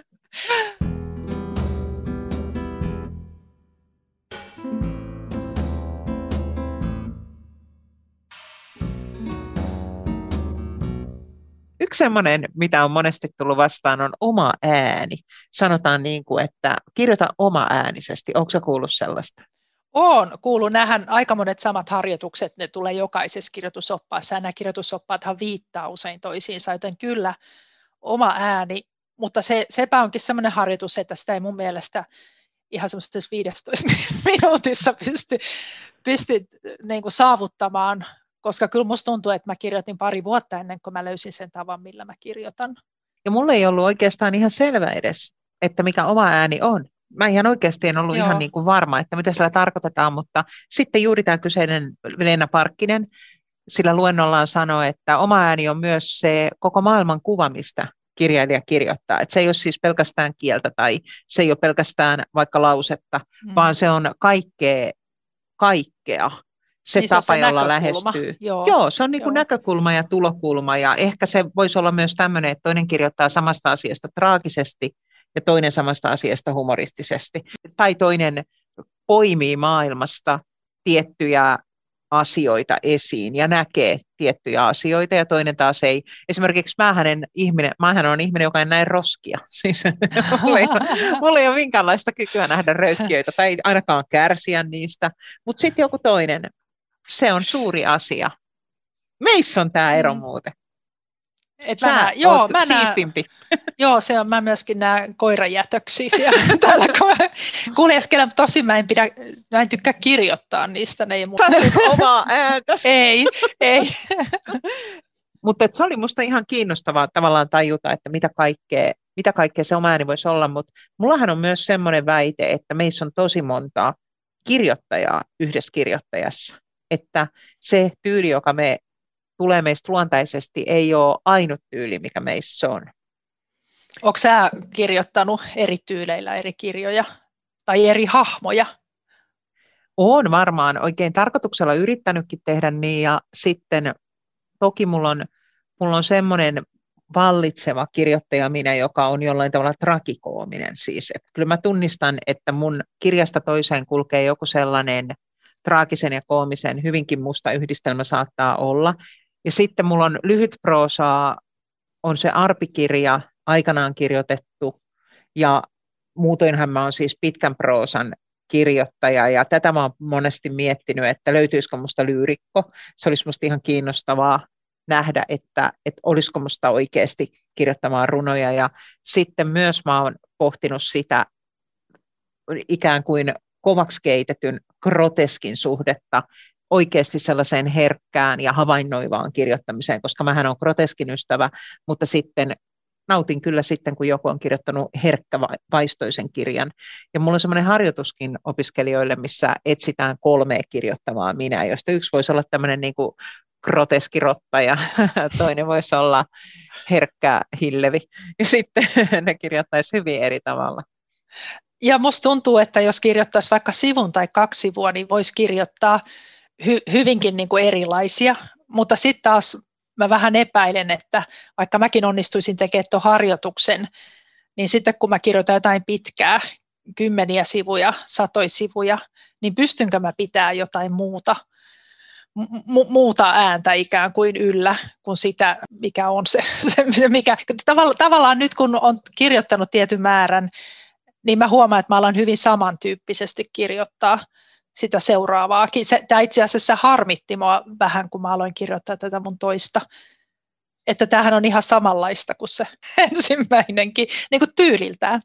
Yksi semmoinen, mitä on monesti tullut vastaan, on oma ääni. Sanotaan niin kuin, että kirjoita oma äänisesti. Onko sä kuullut sellaista? Olen kuullut nähdään aika monet samat harjoitukset, ne tulee jokaisessa kirjoitusoppaassa, ja nämä kirjoitusoppaathan viittaa usein toisiinsa, joten kyllä oma ääni, mutta se, sepä onkin semmoinen harjoitus, että sitä ei mun mielestä ihan semmoisessa viidessätoista minuutissa pysty, pysty niin kuin saavuttamaan, koska kyllä musta tuntuu, että mä kirjoitin pari vuotta ennen kuin mä löysin sen tavan, millä mä kirjoitan. Ja mulle ei ollut oikeastaan ihan selvä edes, että mikä oma ääni on. Mä ihan oikeasti en ollut Joo. ihan niin kuin varma, että mitä sillä tarkoitetaan, mutta sitten juuri tämä kyseinen Leena Parkkinen sillä luennollaan sanoi, että oma ääni on myös se koko maailman kuva, mistä kirjailija kirjoittaa. Että se ei ole siis pelkästään kieltä tai se ei ole pelkästään vaikka lausetta, mm. vaan se on kaikkea, kaikkea. Se niin tapa, se jolla lähestyy. Joo, Joo, se on niin kuin näkökulma ja tulokulma ja ehkä se voisi olla myös tämmöinen, että toinen kirjoittaa samasta asiasta traagisesti ja toinen samasta asiasta humoristisesti. Tai toinen poimii maailmasta tiettyjä asioita esiin ja näkee tiettyjä asioita ja toinen taas ei. Esimerkiksi mähän, en ihminen, mähän on ihminen, joka ei näe roskia. Siis, mulla, ei ole, mulla ei ole minkäänlaista kykyä nähdä röykkiöitä tai ei ainakaan kärsiä niistä. Mutta sitten joku toinen, se on suuri asia. Meissä on tämä ero mm. muuten. Et Sä mä näen, joo, mä siistimpi. Joo, se on, mä myöskin näen koirajätöksiä siellä täällä, kun mä kuljeskelen, mutta tosin mä en, pidä, mä en tykkää kirjoittaa niistä. Ne ei mun... omaa ääntäsi. Ei, ei. Mutta se oli musta ihan kiinnostavaa tavallaan tajuta, että mitä kaikkea, mitä kaikkea se oma ääni voisi olla, mutta mullahan on myös semmoinen väite, että meissä on tosi montaa kirjoittajaa yhdessä kirjoittajassa, että se tyyli, joka me tulee meistä luontaisesti, ei ole ainut tyyli, mikä meissä on. Onko sä kirjoittanut eri tyyleillä eri kirjoja tai eri hahmoja? Olen varmaan oikein tarkoituksella yrittänytkin tehdä niin, ja sitten toki mulla on, mulla on semmoinen vallitseva kirjoittaja minä, joka on jollain tavalla trakikoominen siis. Että kyllä mä tunnistan, että mun kirjasta toiseen kulkee joku sellainen traagisen ja koomisen, hyvinkin musta yhdistelmä saattaa olla. Ja sitten mulla on lyhyt proosaa, on se Arpi-kirja aikanaan kirjoitettu, ja muutoinhan mä oon siis pitkän proosan kirjoittaja, ja tätä mä oon monesti miettinyt, että löytyisikö musta lyyrikko. Se olisi musta ihan kiinnostavaa nähdä, että, että olisiko musta oikeasti kirjoittamaan runoja, ja sitten myös mä oon pohtinut sitä ikään kuin kovaksi keitetyn groteskin suhdetta oikeasti sellaiseen herkkään ja havainnoivaan kirjoittamiseen, koska mähän on groteskin ystävä, mutta sitten nautin kyllä sitten, kun joku on kirjoittanut herkkävaistoisen kirjan. Ja mulla on semmoinen harjoituskin opiskelijoille, missä etsitään kolmea kirjoittavaa minä, josta yksi voisi olla tämmöinen niin kuin groteskirotta ja toinen voisi olla herkkä hillevi. Ja sitten ne kirjoittaisi hyvin eri tavalla. Ja musta tuntuu, että jos kirjoittaisi vaikka sivun tai kaksi sivua, niin voisi kirjoittaa hy- hyvinkin niin kuin erilaisia, mutta sitten taas mä vähän epäilen, että vaikka mäkin onnistuisin tekemään tuon harjoituksen, niin sitten kun mä kirjoitan jotain pitkää, kymmeniä sivuja, satoja sivuja, niin pystynkö mä pitämään jotain muuta mu- muuta ääntä ikään kuin yllä kuin sitä, mikä on se, se, se mikä. Tavalla, tavallaan nyt kun on kirjoittanut tietyn määrän, niin mä huomaan, että mä alan hyvin samantyyppisesti kirjoittaa sitä seuraavaakin. Se, tämä itse asiassa harmitti mua vähän, kun mä aloin kirjoittaa tätä mun toista. Että tämähän on ihan samanlaista kuin se ensimmäinenkin, niin kuin tyyliltään.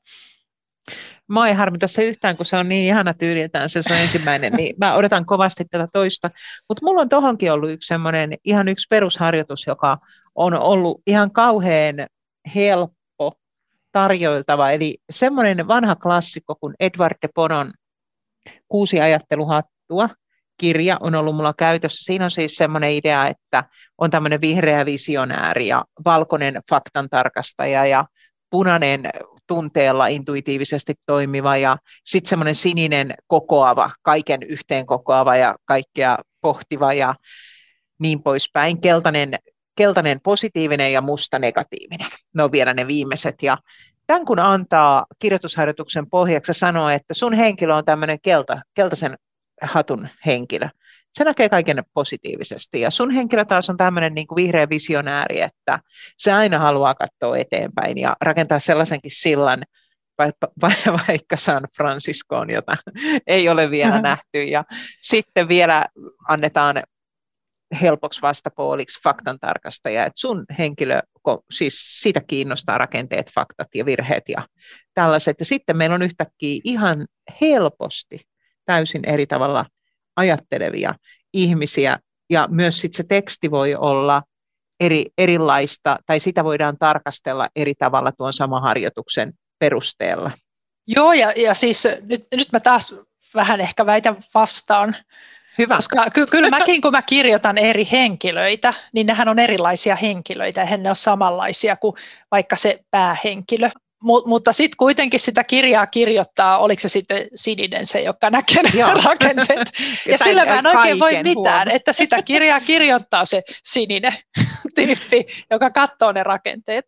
Mä ei harmita se yhtään, kun se on niin ihana tyyliltään, se, se on ensimmäinen, niin mä odotan kovasti tätä toista. Mutta mulla on tohonkin ollut yksi semmoinen, ihan yksi perusharjoitus, joka on ollut ihan kauhean helppo tarjoiltava. Eli semmoinen vanha klassikko kuin Edward de Bonon Kuusi ajatteluhattua kirja on ollut mulla käytössä. Siinä on siis semmoinen idea, että on tämmöinen vihreä visionääri ja valkoinen faktantarkastaja ja punainen tunteella intuitiivisesti toimiva ja sitten semmoinen sininen kokoava, kaiken yhteen kokoava ja kaikkea pohtiva ja niin poispäin. Keltainen, keltainen positiivinen ja musta negatiivinen. Ne on vielä ne viimeiset. Ja tämän kun antaa kirjoitusharjoituksen pohjaksi sanoa, että sun henkilö on tämmöinen kelta, keltaisen hatun henkilö. Se näkee kaiken positiivisesti. Ja sun henkilö taas on tämmöinen niin kuin vihreä visionääri, että se aina haluaa katsoa eteenpäin ja rakentaa sellaisenkin sillan, vaikka San Franciscoon, jota ei ole vielä mm-hmm. nähty. Ja sitten vielä annetaan helpoksi vastapuoliksi faktantarkastaja, että sun henkilö, siis sitä kiinnostaa rakenteet, faktat ja virheet ja tällaiset. Ja sitten meillä on yhtäkkiä ihan helposti täysin eri tavalla ajattelevia ihmisiä, ja myös sit se teksti voi olla eri, erilaista, tai sitä voidaan tarkastella eri tavalla tuon saman harjoituksen perusteella. Joo, ja, ja siis nyt, nyt mä taas vähän ehkä väitän vastaan, Hyvä. Koska ky- kyllä mäkin, kun mä kirjoitan eri henkilöitä, niin nehän on erilaisia henkilöitä, eihän ne ole samanlaisia kuin vaikka se päähenkilö. Mut, mutta sitten kuitenkin sitä kirjaa kirjoittaa, oliko se sitten sininen se, joka näkee ne rakenteet. Ja sillä mä en oikein voi mitään, huom. Että sitä kirjaa kirjoittaa se sininen tyyppi, joka katsoo ne rakenteet.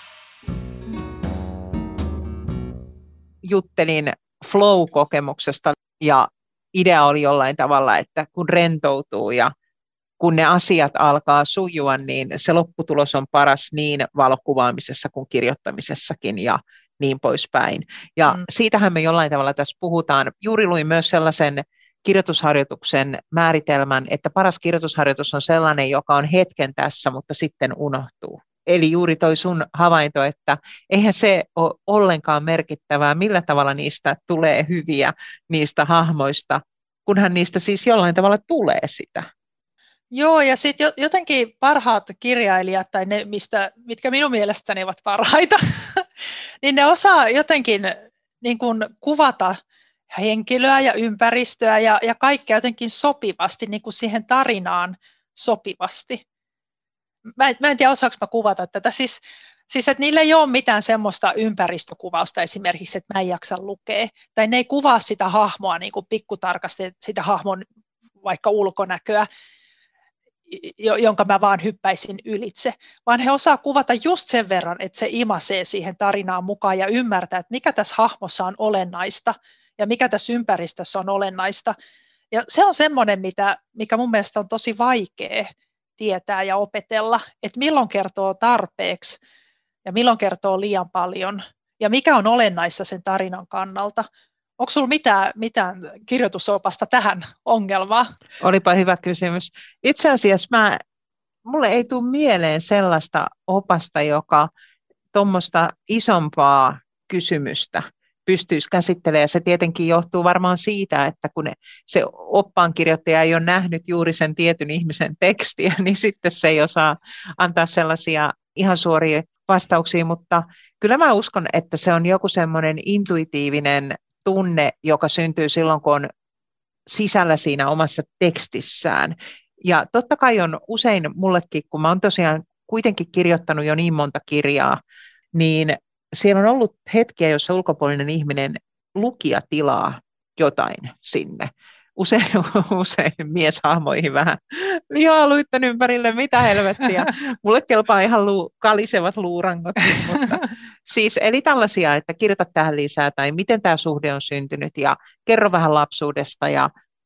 Juttelin flow-kokemuksesta ja idea oli jollain tavalla, että kun rentoutuu ja kun ne asiat alkaa sujua, niin se lopputulos on paras niin valokuvaamisessa kuin kirjoittamisessakin ja niin poispäin. Ja mm. siitähän me jollain tavalla tässä puhutaan. Juuri luin myös sellaisen kirjoitusharjoituksen määritelmän, että paras kirjoitusharjoitus on sellainen, joka on hetken tässä, mutta sitten unohtuu. Eli juuri toi sun havainto, että eihän se ole ollenkaan merkittävää, millä tavalla niistä tulee hyviä, niistä hahmoista, kunhan niistä siis jollain tavalla tulee sitä. Joo, ja sitten jotenkin parhaat kirjailijat, tai ne, mistä, mitkä minun mielestäni ovat parhaita, niin ne osaa jotenkin niin kuin kuvata henkilöä ja ympäristöä ja, ja kaikkea jotenkin sopivasti, niin kuin siihen tarinaan sopivasti. Mä en, mä en tiedä, osaanko mä kuvata tätä. Siis, siis että niillä ei ole mitään semmoista ympäristökuvausta esimerkiksi, että mä en jaksa lukea. Tai ne ei kuvaa sitä hahmoa niin kuin pikkutarkasti, sitä hahmon vaikka ulkonäköä, jonka mä vaan hyppäisin ylitse, vaan he osaa kuvata just sen verran, että se imasee siihen tarinaan mukaan ja ymmärtää, että mikä tässä hahmossa on olennaista ja mikä tässä ympäristössä on olennaista. Ja se on semmoinen, mitä, mikä mun mielestä on tosi vaikea tietää ja opetella, että milloin kertoo tarpeeksi ja milloin kertoo liian paljon ja mikä on olennaista sen tarinan kannalta. Onko sinulla mitään, mitään kirjoitusopasta tähän ongelmaan? Olipa hyvä kysymys. Itse asiassa mä, mulle ei tule mieleen sellaista opasta, joka tuommoista isompaa kysymystä pystyisi käsittelemään. Se tietenkin johtuu varmaan siitä, että kun se oppaankirjoittaja ei ole nähnyt juuri sen tietyn ihmisen tekstiä, niin sitten se ei osaa antaa sellaisia ihan suoria vastauksia, mutta kyllä mä uskon, että se on joku semmoinen intuitiivinen tunne, joka syntyy silloin, kun on sisällä siinä omassa tekstissään. Ja totta kai on usein mullekin, kun mä oon tosiaan kuitenkin kirjoittanut jo niin monta kirjaa, niin siellä on ollut hetkiä, jossa ulkopuolinen ihminen lukija tilaa jotain sinne. Usein, usein mieshahmoihin vähän lihaa luitten ympärille, mitä helvettiä. Mulle kelpaa ihan luu, kalisevat luurangot. Mutta, siis, eli tällaisia, että kirjoita tähän lisää tai miten tämä suhde on syntynyt ja kerro vähän lapsuudesta ja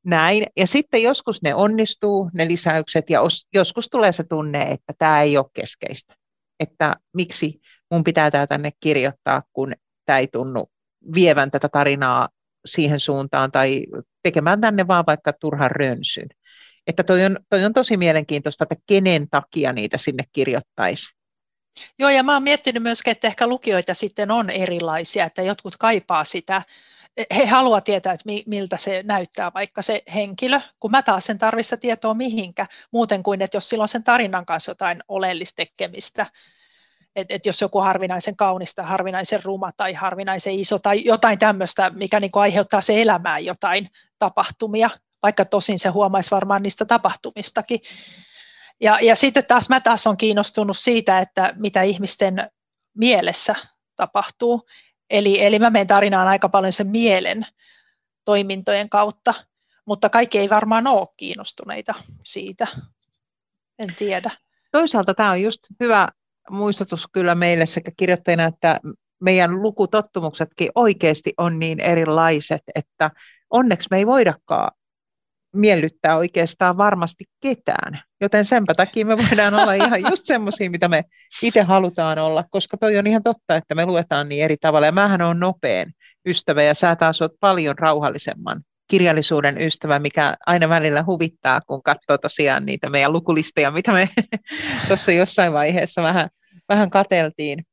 näin. Ja sitten joskus ne onnistuu, ne lisäykset, ja os, joskus tulee se tunne, että tämä ei ole keskeistä. Että miksi mun pitää tämä tänne kirjoittaa, kun tämä ei tunnu vievän tätä tarinaa siihen suuntaan tai tekemään tänne vaan vaikka turhan rönsyn. Että toi on, toi on tosi mielenkiintoista, että kenen takia niitä sinne kirjoittaisi. Joo, ja mä oon miettinyt myöskin, että ehkä lukijoita sitten on erilaisia, että jotkut kaipaa sitä. He haluaa tietää, että miltä se näyttää vaikka se henkilö, kun mä taas sen tarvitse tietoa mihinkä, muuten kuin, että jos sillä on sen tarinan kanssa jotain oleellista tekemistä, että et jos joku harvinaisen kaunista, harvinaisen ruma tai harvinaisen iso tai jotain tämmöistä, mikä niinku aiheuttaa se elämään jotain tapahtumia, vaikka tosin se huomaisi varmaan niistä tapahtumistakin. Ja, ja sitten taas mä taas on kiinnostunut siitä, että mitä ihmisten mielessä tapahtuu. Eli, eli mä menen tarinaan aika paljon sen mielen toimintojen kautta, mutta kaikki ei varmaan ole kiinnostuneita siitä. En tiedä. Toisaalta tämä on just hyvä muistutus kyllä meille sekä kirjoittajina, että meidän lukutottumuksetkin oikeasti on niin erilaiset, että onneksi me ei voidakaan miellyttää oikeastaan varmasti ketään. Joten senpä takia me voidaan olla ihan just semmoisia, mitä me itse halutaan olla, koska toi on ihan totta, että me luetaan niin eri tavalla. Ja mähän on nopein ystävä ja sä taas oot paljon rauhallisemman kirjallisuuden ystävä, mikä aina välillä huvittaa, kun katsoo tosiaan niitä meidän lukulisteja, mitä me tuossa jossain vaiheessa vähän, vähän katseltiin.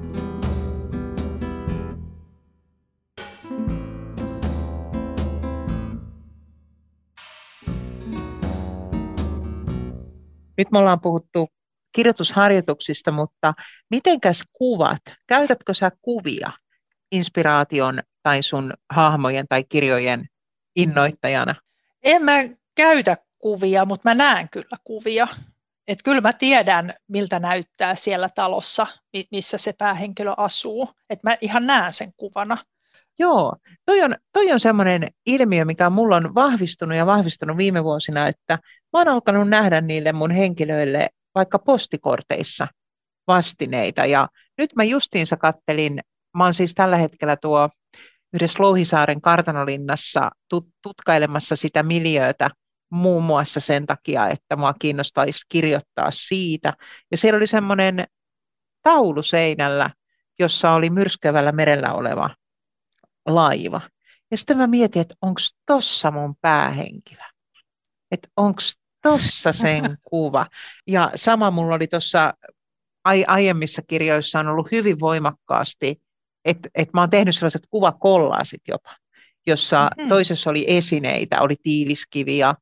Nyt me ollaan puhuttu kirjoitusharjoituksista, mutta mitenkäs kuvat? Käytätkö sä kuvia inspiraation tai sun hahmojen tai kirjojen innoittajana? En mä käytä kuvia, mutta mä näen kyllä kuvia. Että kyllä mä tiedän, miltä näyttää siellä talossa, missä se päähenkilö asuu. Että mä ihan näen sen kuvana. Joo, toi on, toi on semmoinen ilmiö, mikä mulla on vahvistunut ja vahvistunut viime vuosina, että mä oon alkanut nähdä niille mun henkilöille vaikka postikorteissa vastineita. Ja nyt mä justiinsa kattelin, mä oon siis tällä hetkellä tuo yhdessä Louhisaaren kartanolinnassa tut- tutkailemassa sitä miljöötä muun muassa sen takia, että mua kiinnostaisi kirjoittaa siitä. Ja siellä oli semmoinen taulu seinällä, jossa oli myrskyvällä merellä oleva laiva. Ja sitten mä mietin, että onko tossa mun päähenkilö? Että onko tossa sen kuva? Ja sama mulla oli tuossa ai- aiemmissa kirjoissa on ollut hyvin voimakkaasti, että et mä oon tehnyt sellaiset kuvakollaasit jopa, jossa mm-hmm. toisessa oli esineitä, oli tiiliskiviä,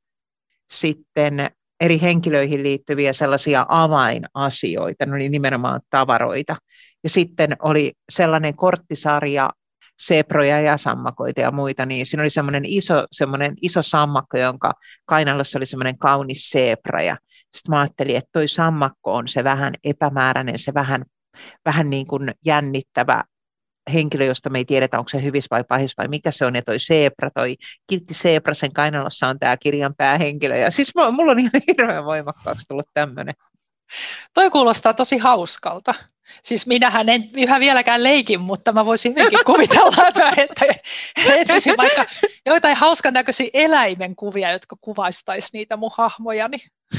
sitten eri henkilöihin liittyviä sellaisia avainasioita, ne oli nimenomaan tavaroita. Ja sitten oli sellainen korttisarja, seeproja ja sammakoita ja muita, niin siinä oli semmoinen iso, semmoinen iso sammakko, jonka kainalossa oli semmoinen kaunis seepra. Ja sitten mä ajattelin, että toi sammakko on se vähän epämääräinen, se vähän, vähän niin kuin jännittävä henkilö, josta me ei tiedetä, onko se hyvis vai pahis vai mikä se on. Ja toi seepra, toi kiltti seepra, sen kainalossa on tämä kirjan päähenkilö. Ja siis mulla on ihan hirveän voimakkaaksi tullut tämmöinen. Toi kuulostaa tosi hauskalta. Siis minähän en yhä vieläkään leikin, mutta mä voisin hyvinkin kuvitella, että etsisin vaikka joitain hauskan näköisiä eläimen kuvia, jotka kuvaistaisi niitä mun hahmojani.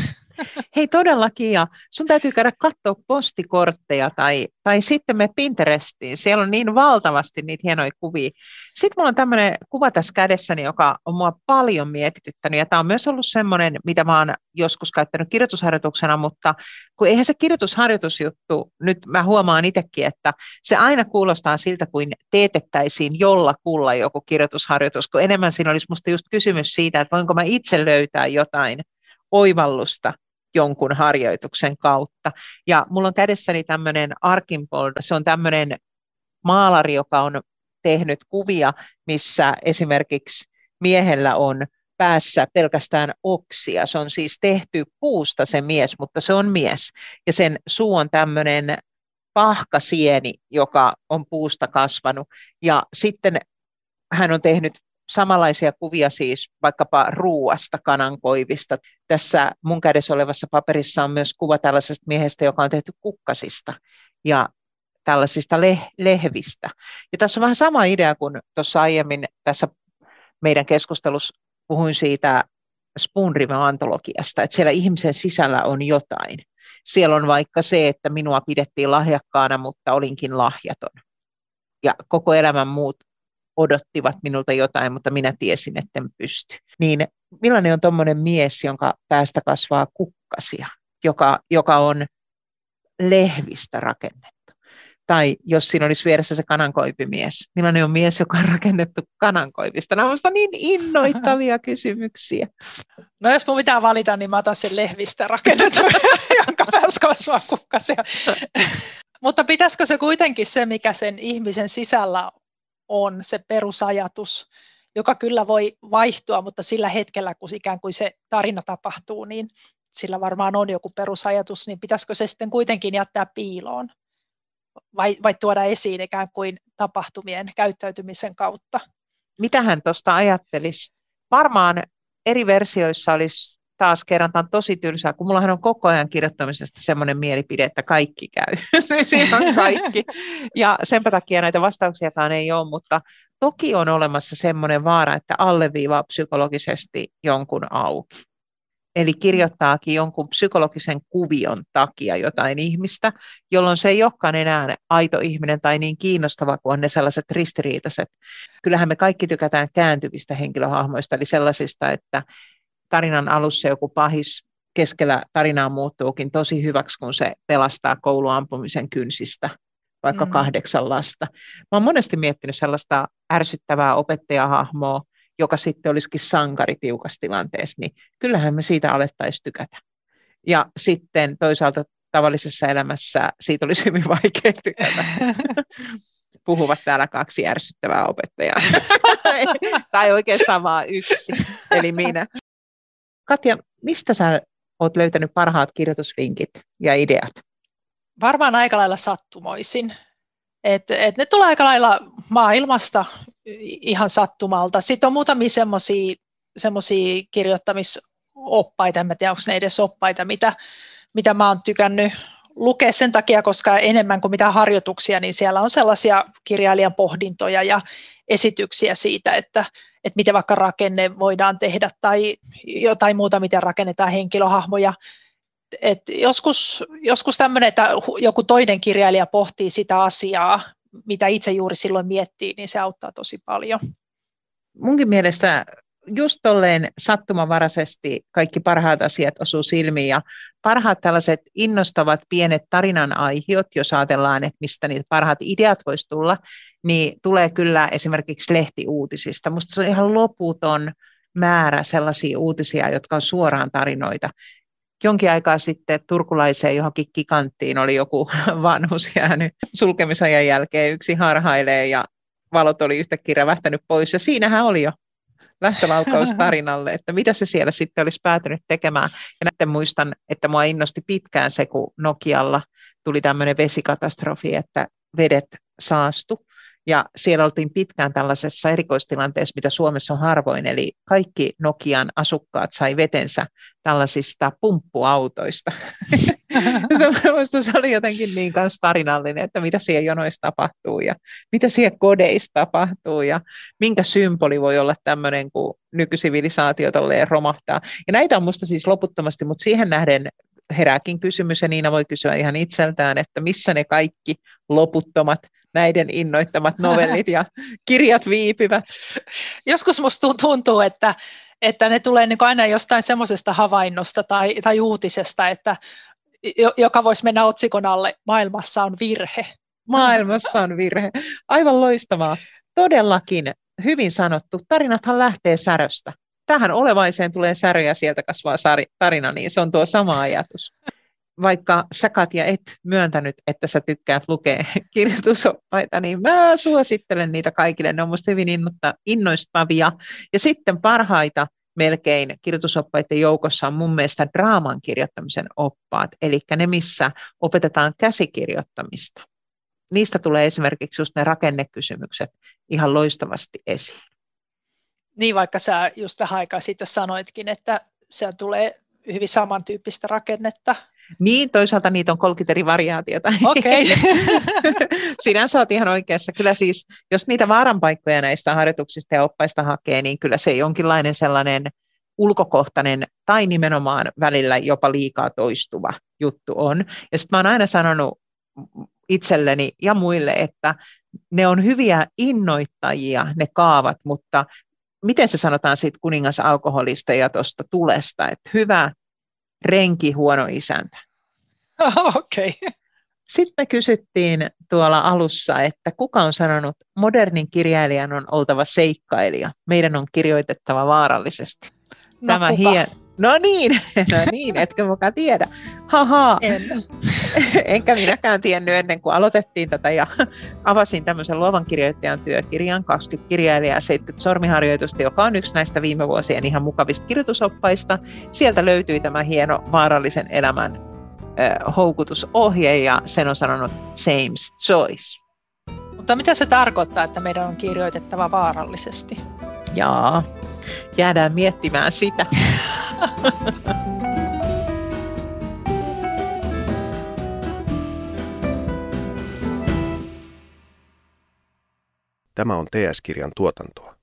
Hei todellakin, ja sun täytyy käydä katsoa postikortteja tai, tai sitten me Pinterestiin. Siellä on niin valtavasti niitä hienoja kuvia. Sitten mulla on tämmöinen kuva tässä kädessäni, joka on mua paljon mietityttänyt, ja tämä on myös ollut semmoinen, mitä mä oon joskus käyttänyt kirjoitusharjoituksena, mutta kun eihän se kirjoitusharjoitusjuttu, nyt mä huomaan itsekin, että se aina kuulostaa siltä, kuin teetettäisiin jollakulla joku kirjoitusharjoitus, kun enemmän siinä olisi musta just kysymys siitä, että voinko mä itse löytää jotain oivallusta jonkun harjoituksen kautta. Ja mulla on kädessäni tämmöinen Archimpol, se on tämmöinen maalari, joka on tehnyt kuvia, missä esimerkiksi miehellä on päässä pelkästään oksia. Se on siis tehty puusta se mies, mutta se on mies. Ja sen suu on tämmöinen pahkasieni, joka on puusta kasvanut. Ja sitten hän on tehnyt samanlaisia kuvia siis vaikkapa ruuasta, kanankoivista. Tässä mun kädessä olevassa paperissa on myös kuva tällaisesta miehestä, joka on tehty kukkasista ja tällaisista leh- lehvistä. Ja tässä on vähän sama idea kuin tuossa aiemmin tässä meidän keskustelussa puhuin siitä Spoon River-antologiasta, että siellä ihmisen sisällä on jotain. Siellä on vaikka se, että minua pidettiin lahjakkaana, mutta olinkin lahjaton. Ja koko elämän muut odottivat minulta jotain, mutta minä tiesin, etten pysty. Niin millainen on tuommoinen mies, jonka päästä kasvaa kukkasia, joka, joka on lehvistä rakennettu? Tai jos siinä olisi vieressä se kanankoipimies, millainen on mies, joka on rakennettu kanankoipista? Nämä ovat niin innoittavia kysymyksiä. No jos mun pitää valita, niin mä otan sen lehvistä rakennettu, jonka päässä kasvaa kukkasia. Mutta pitäisikö se kuitenkin se, mikä sen ihmisen sisällä on, se perusajatus, joka kyllä voi vaihtua, mutta sillä hetkellä, kun ikään kuin se tarina tapahtuu, niin sillä varmaan on joku perusajatus, niin pitäisikö se sitten kuitenkin jättää piiloon? Vai, vai tuoda esiin ikään kuin tapahtumien käyttäytymisen kautta? Mitä hän tuosta ajattelisi? Varmaan eri versioissa olisi taas kerran, tämä on tosi tylsää, kun mullahan on koko ajan kirjoittamisesta semmoinen mielipide, että kaikki käy. Siinä on kaikki. Ja sen takia näitä vastauksiakaan ei ole, mutta toki on olemassa semmoinen vaara, että alleviivaa psykologisesti jonkun auki. Eli kirjoittaakin jonkun psykologisen kuvion takia jotain ihmistä, jolloin se ei olekaan enää aito ihminen tai niin kiinnostava kuin on ne sellaiset ristiriitaiset. Kyllähän me kaikki tykätään kääntyvistä henkilöhahmoista, eli sellaisista, että tarinan alussa joku pahis keskellä tarinaa muuttuukin tosi hyväksi, kun se pelastaa kouluampumisen kynsistä, vaikka mm. kahdeksan lasta. Mä oon monesti miettinyt sellaista ärsyttävää opettajahahmoa, joka sitten olisikin sankari tiukassa tilanteessa, niin kyllähän me siitä alettaisiin tykätä. Ja sitten toisaalta tavallisessa elämässä siitä olisi hyvin vaikea tykätä. Puhuvat täällä kaksi ärsyttävää opettajaa. Tai oikeastaan vaan yksi, eli minä. Katja, mistä sä oot löytänyt parhaat kirjoitusvinkit ja ideat? Varmaan aika lailla sattumoisin. Et, et ne tulee aika lailla maailmasta ihan sattumalta. Sitten on muutamia semmoisia kirjoittamisoppaita, en tiedä onko ne edes oppaita, mitä, mitä mä oon tykännyt lukea sen takia, koska enemmän kuin mitään harjoituksia, niin siellä on sellaisia kirjailijan pohdintoja ja esityksiä siitä, että, että miten vaikka rakenne voidaan tehdä tai jotain muuta, miten rakennetaan henkilöhahmoja. Et joskus, joskus tämmöinen, että joku toinen kirjailija pohtii sitä asiaa, mitä itse juuri silloin miettii, niin se auttaa tosi paljon. Munkin mielestä just tolleen sattumanvaraisesti kaikki parhaat asiat osuu silmiin ja parhaat tällaiset innostavat pienet tarinan aihiot, jos ajatellaan, että mistä niitä parhaat ideat voisi tulla, niin tulee kyllä esimerkiksi lehtiuutisista. Musta se on ihan loputon määrä sellaisia uutisia, jotka on suoraan tarinoita. Jonkin aikaa sitten turkulaiseen johonkin Giganttiin oli joku vanhus jäänyt sulkemisajan jälkeen, yksi harhailee ja valot oli yhtäkkiä rävähtänyt pois ja siinähän oli jo lähtölaukaus tarinalle, että mitä se siellä sitten olisi päätynyt tekemään. Ja näiden muistan, että mua innosti pitkään se, kun Nokialla tuli tämmöinen vesikatastrofi, että vedet saastu. Ja siellä oltiin pitkään tällaisessa erikoistilanteessa, mitä Suomessa on harvoin, eli kaikki Nokian asukkaat sai vetensä tällaisista pumppuautoista. Se, se oli jotenkin niin kanssa tarinallinen, että mitä siellä jonoissa tapahtuu ja mitä siellä kodeissa tapahtuu ja minkä symboli voi olla tämmöinen, kun nykysivilisaatio tolleen romahtaa. Ja näitä on musta siis loputtomasti, mutta siihen nähden herääkin kysymys, ja Niina voi kysyä ihan itseltään, että missä ne kaikki loputtomat näiden innoittamat novellit ja kirjat viipyvät. Joskus musta tuntuu, että, että ne tulee niin kuin aina jostain semmoisesta havainnosta tai, tai uutisesta, että joka voisi mennä otsikon alle, maailmassa on virhe. Maailmassa on virhe. Aivan loistavaa. Todellakin hyvin sanottu. Tarinathan lähtee säröstä. Tähän olevaiseen tulee särö ja sieltä kasvaa tarina, niin se on tuo sama ajatus. Vaikka sä, Katja, et myöntänyt, että sä tykkäät lukea kirjoitusoppaita, niin mä suosittelen niitä kaikille. Ne on musta hyvin innoistavia. Ja sitten parhaita melkein kirjoitusoppaiden joukossa on mun mielestä draaman kirjoittamisen oppaat, eli ne, missä opetetaan käsikirjoittamista. Niistä tulee esimerkiksi just ne rakennekysymykset ihan loistavasti esiin. Niin, vaikka sä just vähän aikaa sitten sanoitkin, että se tulee hyvin samantyyppistä rakennetta. Niin, toisaalta niitä on kolmekymmentä eri variaatiota. Okei. Okay. Sinänsä olet ihan oikeassa. Kyllä siis, jos niitä vaaranpaikkoja näistä harjoituksista ja oppaista hakee, niin kyllä se jonkinlainen sellainen ulkokohtainen tai nimenomaan välillä jopa liikaa toistuva juttu on. Ja sitten mä oon aina sanonut itselleni ja muille, että ne on hyviä innoittajia, ne kaavat, mutta miten se sanotaan siitä kuningasalkoholista ja tuosta tulesta, että hyvä renki, huono isäntä. Okei. Okay. Sitten me kysyttiin tuolla alussa, että kuka on sanonut, modernin kirjailijan on oltava seikkailija. Meidän on kirjoitettava vaarallisesti. No Tämä kuka? hien... No niin, no niin, etkö mukaan tiedä. Haha. En. Enkä minäkään tiennyt ennen kuin aloitettiin tätä ja avasin tämmöisen luovan kirjoittajan työkirjan, kaksikymmentä kirjailijaa ja seitsemänkymmentä sormiharjoitusta, joka on yksi näistä viime vuosien ihan mukavista kirjoitusoppaista. Sieltä löytyi tämä hieno vaarallisen elämän äh, houkutusohje ja sen on sanonut James Joyce. Mutta mitä se tarkoittaa, että meidän on kirjoitettava vaarallisesti? Jaa, jäädään miettimään sitä. Tämä on T S-kirjan tuotantoa.